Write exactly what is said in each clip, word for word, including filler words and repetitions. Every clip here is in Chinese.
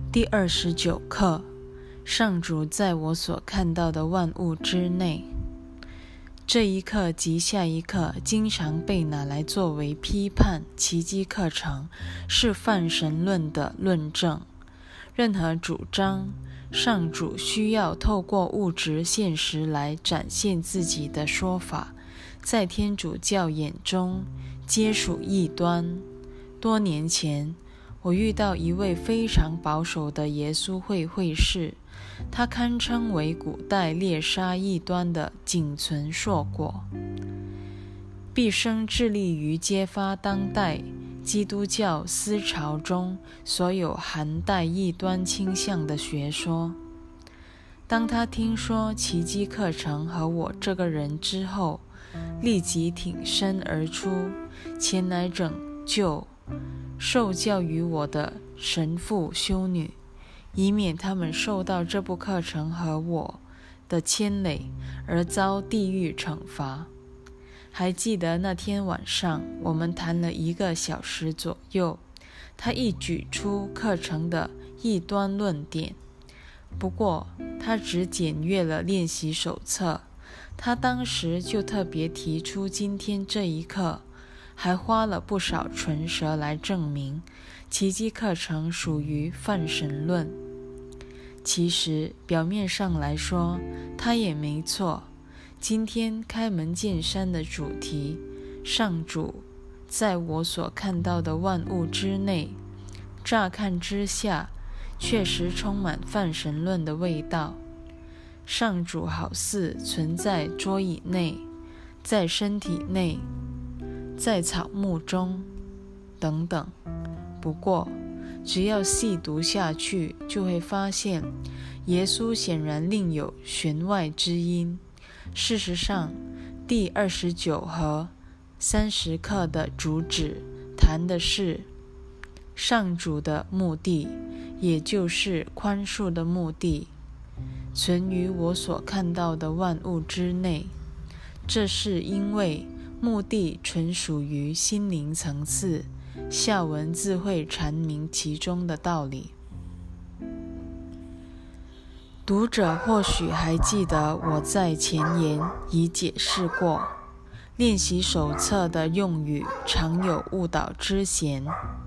第二十九课，上主在我所看到的万物之内。这一课及下一课经常被拿来作为批判奇迹课程，是泛神论的论证。任何主张上主需要透过物质现实来展现自己的说法，在天主教眼中皆属异端。多年前，我遇到一位非常保守的耶稣会会士，他堪称为古代猎杀异端的仅存硕果，毕生致力于揭发当代基督教思潮中所有含带异端倾向的学说。当他听说奇迹课程和我这个人之后，立即挺身而出，前来拯救受教于我的神父修女，以免他们受到这部课程和我的牵累而遭地狱惩罚。还记得那天晚上，我们谈了一个小时左右，他一举出课程的异端论点。不过他只检阅了练习手册，他当时就特别提出今天这一课，还花了不少唇舌来证明奇迹课程属于泛神论。其实表面上来说，他也没错。今天开门见山的主题，上主在我所看到的万物之内，乍看之下确实充满泛神论的味道。上主好似存在桌椅内，在身体内，在草木中等等。不过只要细读下去，就会发现耶稣显然另有弦外之音。事实上，第二十九和三十课的主旨谈的是上主的目的，也就是宽恕的目的，存于我所看到的万物之内。这是因为目的纯属于心灵层次，下文自会阐明其中的道理。读者或许还记得我在前言已解释过，练习手册的用语常有误导之嫌，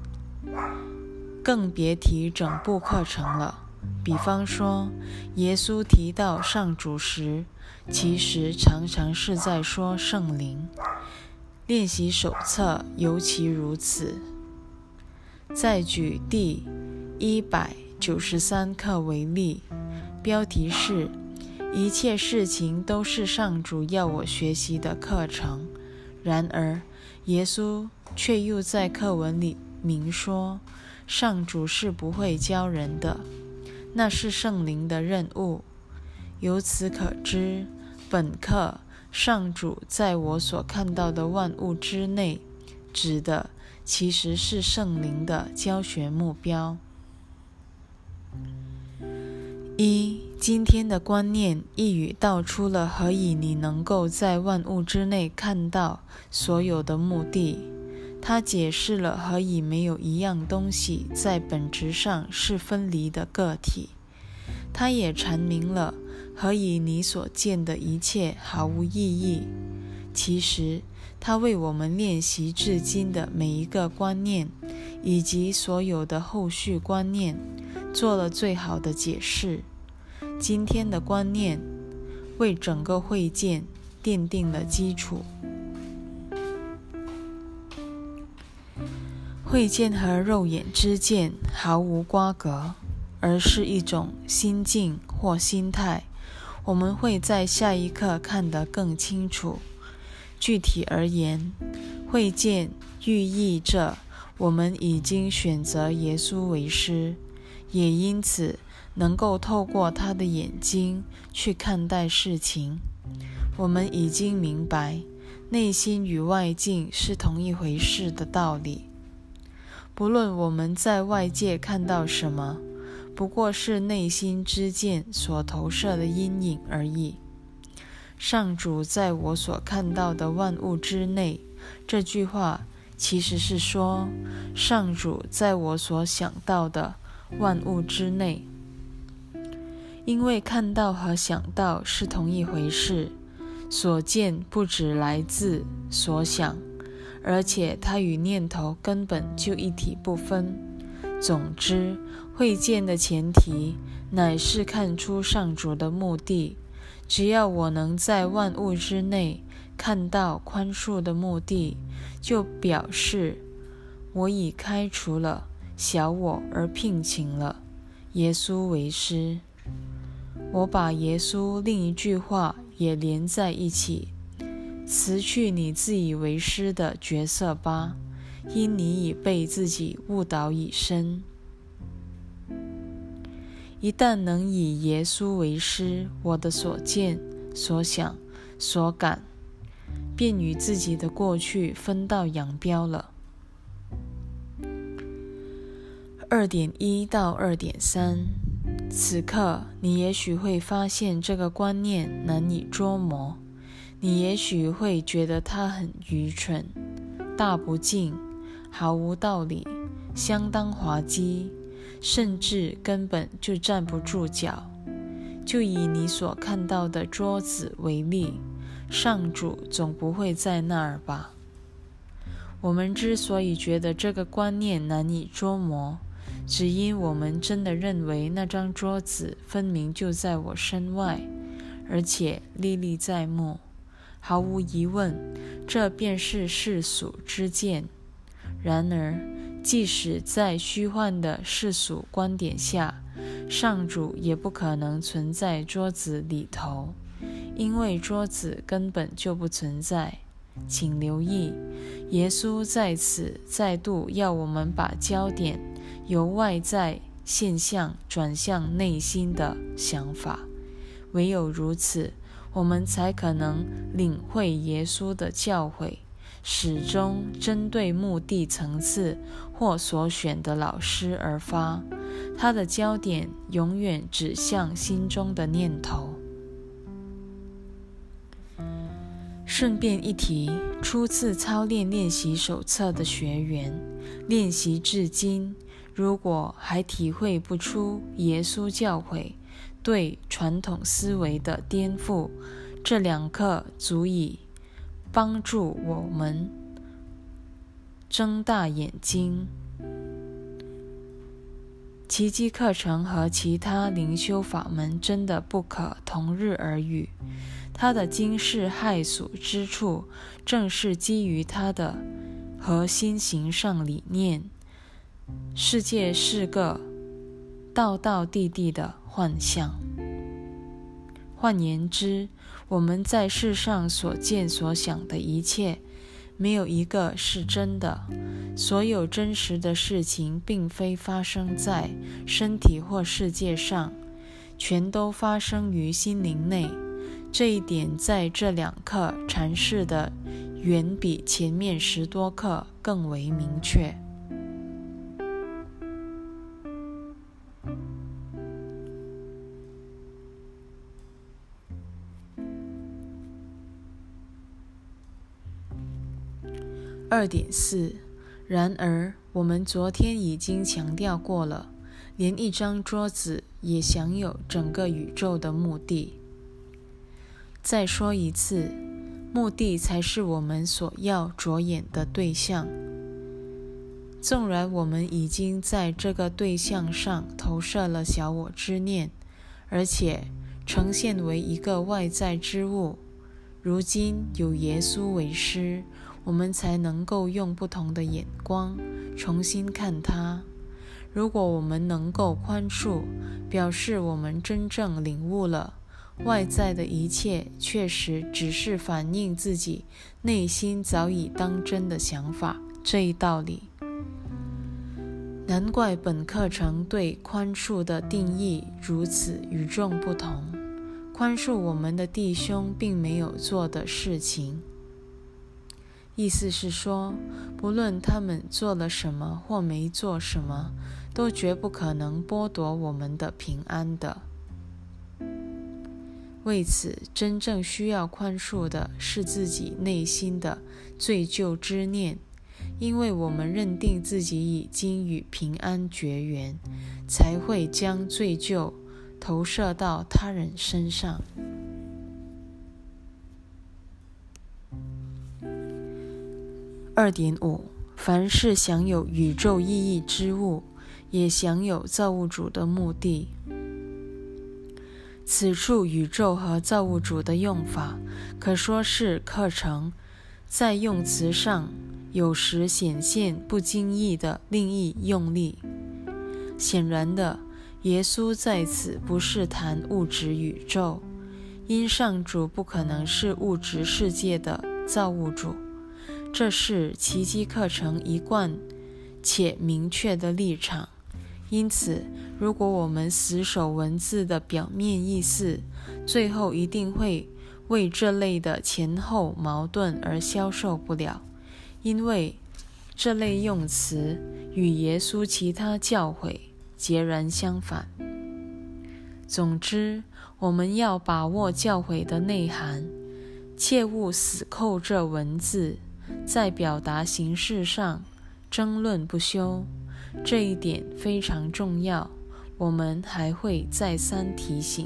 更别提整部课程了。比方说，耶稣提到上主时，其实常常是在说圣灵。练习手册尤其如此。再举第一百九十三课为例，标题是一切事情都是上主要我学习的课程。然而耶稣却又在课文里明说，上主是不会教人的，那是圣灵的任务。由此可知，本课上主在我所看到的万物之内，指的其实是圣灵的教学目标。一，今天的观念一语道出了何以你能够在万物之内看到所有的目的。它解释了何以没有一样东西在本质上是分离的个体。它也阐明了何以你所见的一切毫无意义。其实它为我们练习至今的每一个观念，以及所有的后续观念，做了最好的解释。今天的观念为整个会见奠定了基础。会见和肉眼之见毫无瓜葛，而是一种心境或心态。我们会在下一课看得更清楚。具体而言，会见寓意着我们已经选择耶稣为师，也因此能够透过他的眼睛去看待事情。我们已经明白内心与外境是同一回事的道理。不论我们在外界看到什么，不过是内心之见所投射的阴影而已。上主在我所看到的万物之内，这句话其实是说，上主在我所想到的万物之内。因为看到和想到是同一回事，所见不只来自所想，而且它与念头根本就一体不分。总之，慧见的前提乃是看出上主的目的。只要我能在万物之内看到宽恕的目的，就表示我已开除了小我，而聘请了耶稣为师。我把耶稣另一句话也连在一起：辞去你自以为师的角色吧，因你已被自己误导已深。一旦能以耶稣为师，我的所见、所想、所感，便与自己的过去分道扬镳了。二点一到二点三，此刻你也许会发现这个观念难以捉摸，你也许会觉得它很愚蠢、大不敬、毫无道理、相当滑稽，甚至根本就站不住脚。就以你所看到的桌子为例，上主总不会在那儿吧？我们之所以觉得这个观念难以捉摸，只因我们真的认为那张桌子分明就在我身外，而且历历在目。毫无疑问，这便是世俗之见。然而，即使在虚幻的世俗观点下，上主也不可能存在桌子里头，因为桌子根本就不存在。请留意，耶稣在此再度要我们把焦点由外在现象转向内心的想法，唯有如此，我们才可能领会耶稣的教诲，始终针对目的层次或所选的老师而发，他的焦点永远指向心中的念头。顺便一提，初次操练练习手册的学员，练习至今，如果还体会不出耶稣教诲对传统思维的颠覆，这两课足以帮助我们睁大眼睛。奇迹课程和其他灵修法门真的不可同日而语，它的惊世骇俗之处正是基于它的核心形上理念。世界是个道道地地的幻象。换言之，我们在世上所见所想的一切，没有一个是真的。所有真实的事情并非发生在身体或世界上，全都发生于心灵内。这一点在这两课阐释的远比前面十多课更为明确。二点四，然而我们昨天已经强调过了，连一张桌子也享有整个宇宙的目的。再说一次，目的才是我们所要着眼的对象。纵然我们已经在这个对象上投射了小我之念，而且呈现为一个外在之物，如今有耶稣为师，我们才能够用不同的眼光重新看它。如果我们能够宽恕，表示我们真正领悟了外在的一切确实只是反映自己内心早已当真的想法这一道理。难怪本课程对宽恕的定义如此与众不同。宽恕我们的弟兄并没有做的事情，意思是说，不论他们做了什么或没做什么，都绝不可能剥夺我们的平安的。为此，真正需要宽恕的是自己内心的罪疚之念， 因为我们认定自己已经与平安绝缘，才会将罪疚投射到他人身上。二点五 凡是享有宇宙意义之物，也享有造物主的目的。此处宇宙和造物主的用法，可说是课程在用词上有时显现不经意的另一用力。显然的，耶稣在此不是谈物质宇宙，因上主不可能是物质世界的造物主，这是奇迹课程一贯且明确的立场。因此，如果我们死守文字的表面意思，最后一定会为这类的前后矛盾而消受不了，因为这类用词与耶稣其他教诲截然相反。总之，我们要把握教诲的内涵，切勿死扣这文字，在表达形式上争论不休。这一点非常重要，我们还会再三提醒。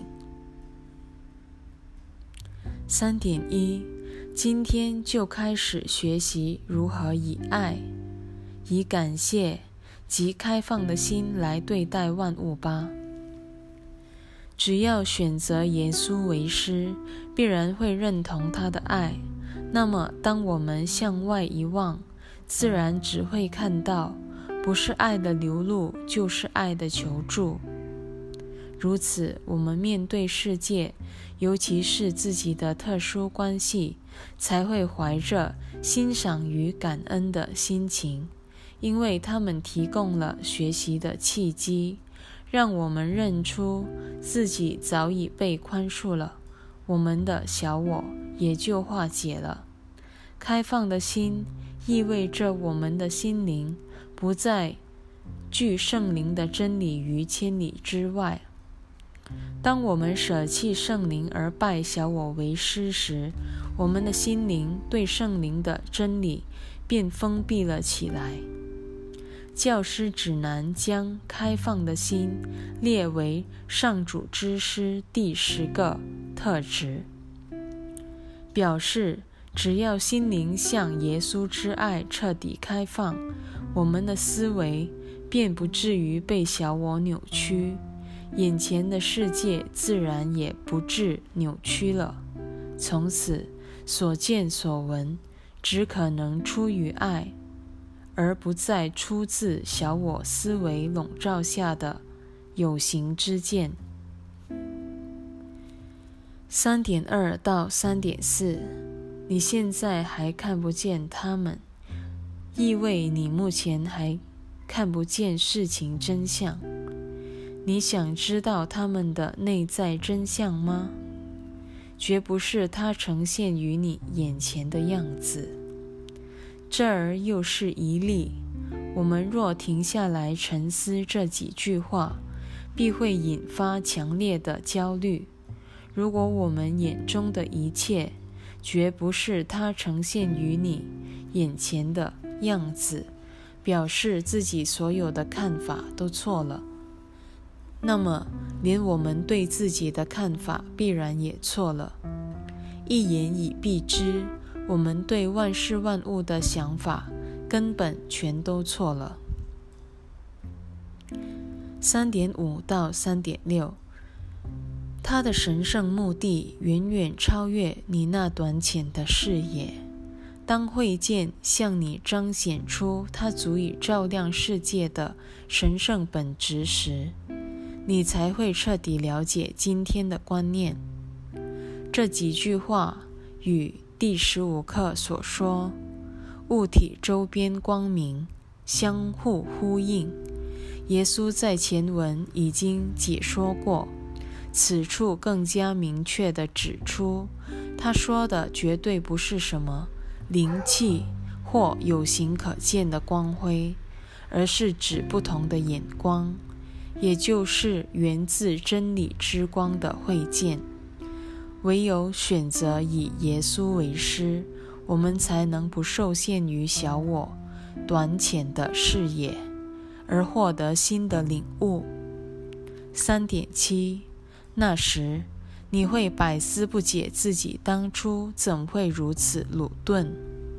三点一 今天就开始学习如何以爱、以感谢及开放的心来对待万物吧。只要选择耶稣为师，必然会认同他的爱。那么当我们向外一望，自然只会看到不是爱的流露，就是爱的求助。如此，我们面对世界，尤其是自己的特殊关系，才会怀着欣赏与感恩的心情，因为他们提供了学习的契机，让我们认出自己早已被宽恕了，我们的小我也就化解了。开放的心意味着我们的心灵不再拒圣灵的真理于千里之外。当我们舍弃圣灵而拜小我为师时，我们的心灵对圣灵的真理便封闭了起来。教师指南将开放的心列为上主之师第十个特质，表示只要心灵向耶稣之爱彻底开放，我们的思维便不至于被小我扭曲，眼前的世界自然也不致扭曲了。从此，所见所闻只可能出于爱，而不再出自小我思维笼罩下的有形之见。 三点二 到 三点四 你现在还看不见他们，意味你目前还看不见事情真相。你想知道他们的内在真相吗？绝不是它呈现于你眼前的样子。这儿又是一例，我们若停下来沉思这几句话，必会引发强烈的焦虑。如果我们眼中的一切绝不是它呈现于你眼前的样子，表示自己所有的看法都错了，那么连我们对自己的看法必然也错了。一言以蔽之，我们对万事万物的想法根本全都错了。 三点五 到 三点六 他的神圣目的远远超越你那短浅的视野。当慧见向你彰显出他足以照亮世界的神圣本质时，你才会彻底了解今天的观念。这几句话与第十五课所说物体周边光明相互呼应。耶稣在前文已经解说过，此处更加明确地指出，他说的绝对不是什么灵气或有形可见的光辉，而是指不同的眼光，也就是源自真理之光的慧见。唯有选择以耶稣为师，我们才能不受限于小我短浅的视野，而获得新的领悟。 三点七 那时你会百思不解自己当初怎会如此鲁钝。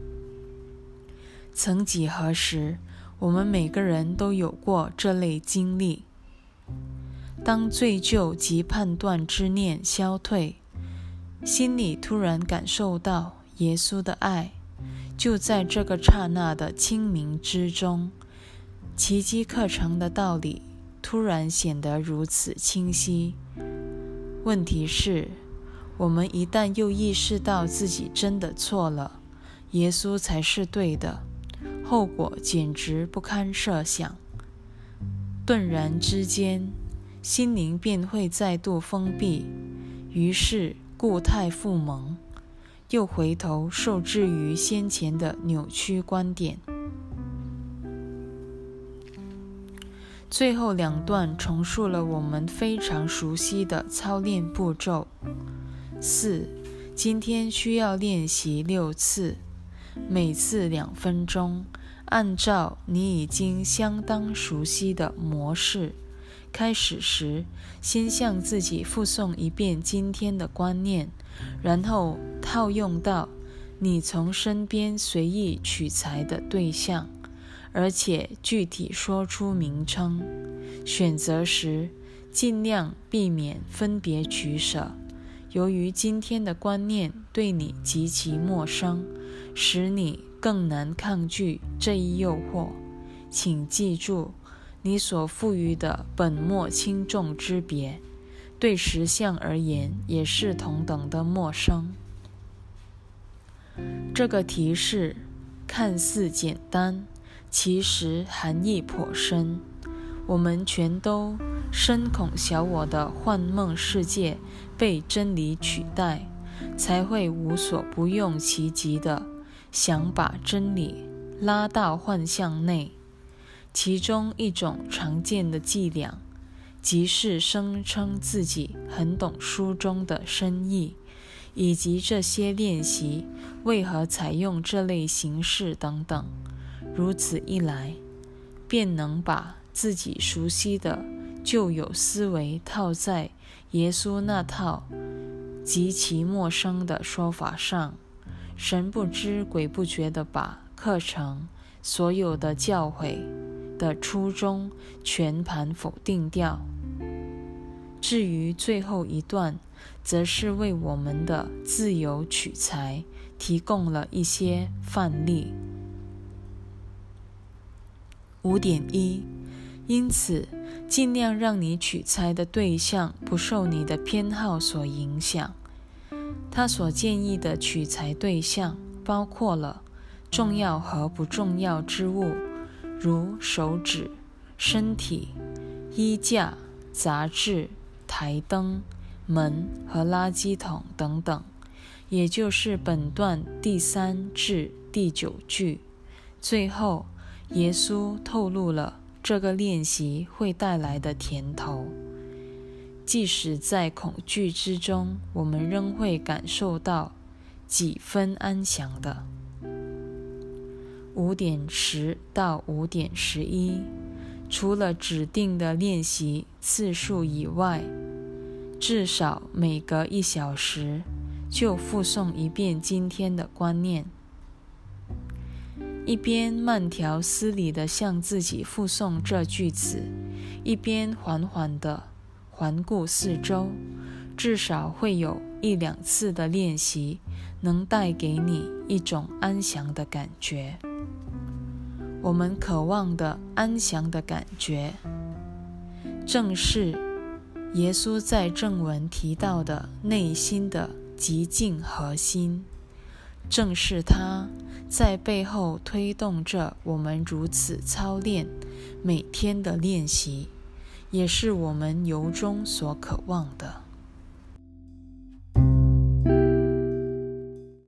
曾几何时，我们每个人都有过这类经历。当罪疚及判断之念消退，心里突然感受到耶稣的爱，就在这个刹那的清明之中，奇迹课程的道理突然显得如此清晰。问题是，我们一旦又意识到自己真的错了，耶稣才是对的，后果简直不堪设想。顿然之间，心灵便会再度封闭，于是故态复萌，又回头受制于先前的扭曲观点。最后两段重述了我们非常熟悉的操练步骤。四，今天需要练习六次，每次两分钟，按照你已经相当熟悉的模式。开始时，先向自己复诵一遍今天的观念，然后套用到你从身边随意取材的对象，而且具体说出名称。选择时，尽量避免分别取舍。由于今天的观念对你极其陌生，使你更难抗拒这一诱惑，请记住，你所赋予的本末轻重之别，对实相而言也是同等的陌生。这个提示看似简单，其实含义颇深。我们全都深恐小我的幻梦世界被真理取代，才会无所不用其极的想把真理拉到幻象内。其中一种常见的伎俩，即是声称自己很懂书中的深意，以及这些练习为何采用这类形式等等。如此一来，便能把自己熟悉的旧有思维套在耶稣那套极其陌生的说法上，神不知鬼不觉地把课程所有的教诲的初衷全盘否定掉。至于最后一段，则是为我们的自由取材提供了一些范例。 五点一 因此，尽量让你取材的对象不受你的偏好所影响。他所建议的取材对象包括了重要和不重要之物，如手指、身体、衣架、杂志、台灯、门和垃圾桶等等，也就是本段第三至第九句。最后，耶稣透露了这个练习会带来的甜头，即使在恐惧之中，我们仍会感受到几分安详的。五点十到五点十一，除了指定的练习次数以外，至少每隔一小时就复诵一遍今天的观念。一边慢条斯理地向自己复诵这句子，一边缓缓地环顾四周，至少会有一两次的练习能带给你一种安详的感觉。我们渴望的安详的感觉，正是耶稣在正文提到的内心的极静核心，正是它在背后推动着我们如此操练每天的练习，也是我们由衷所渴望的。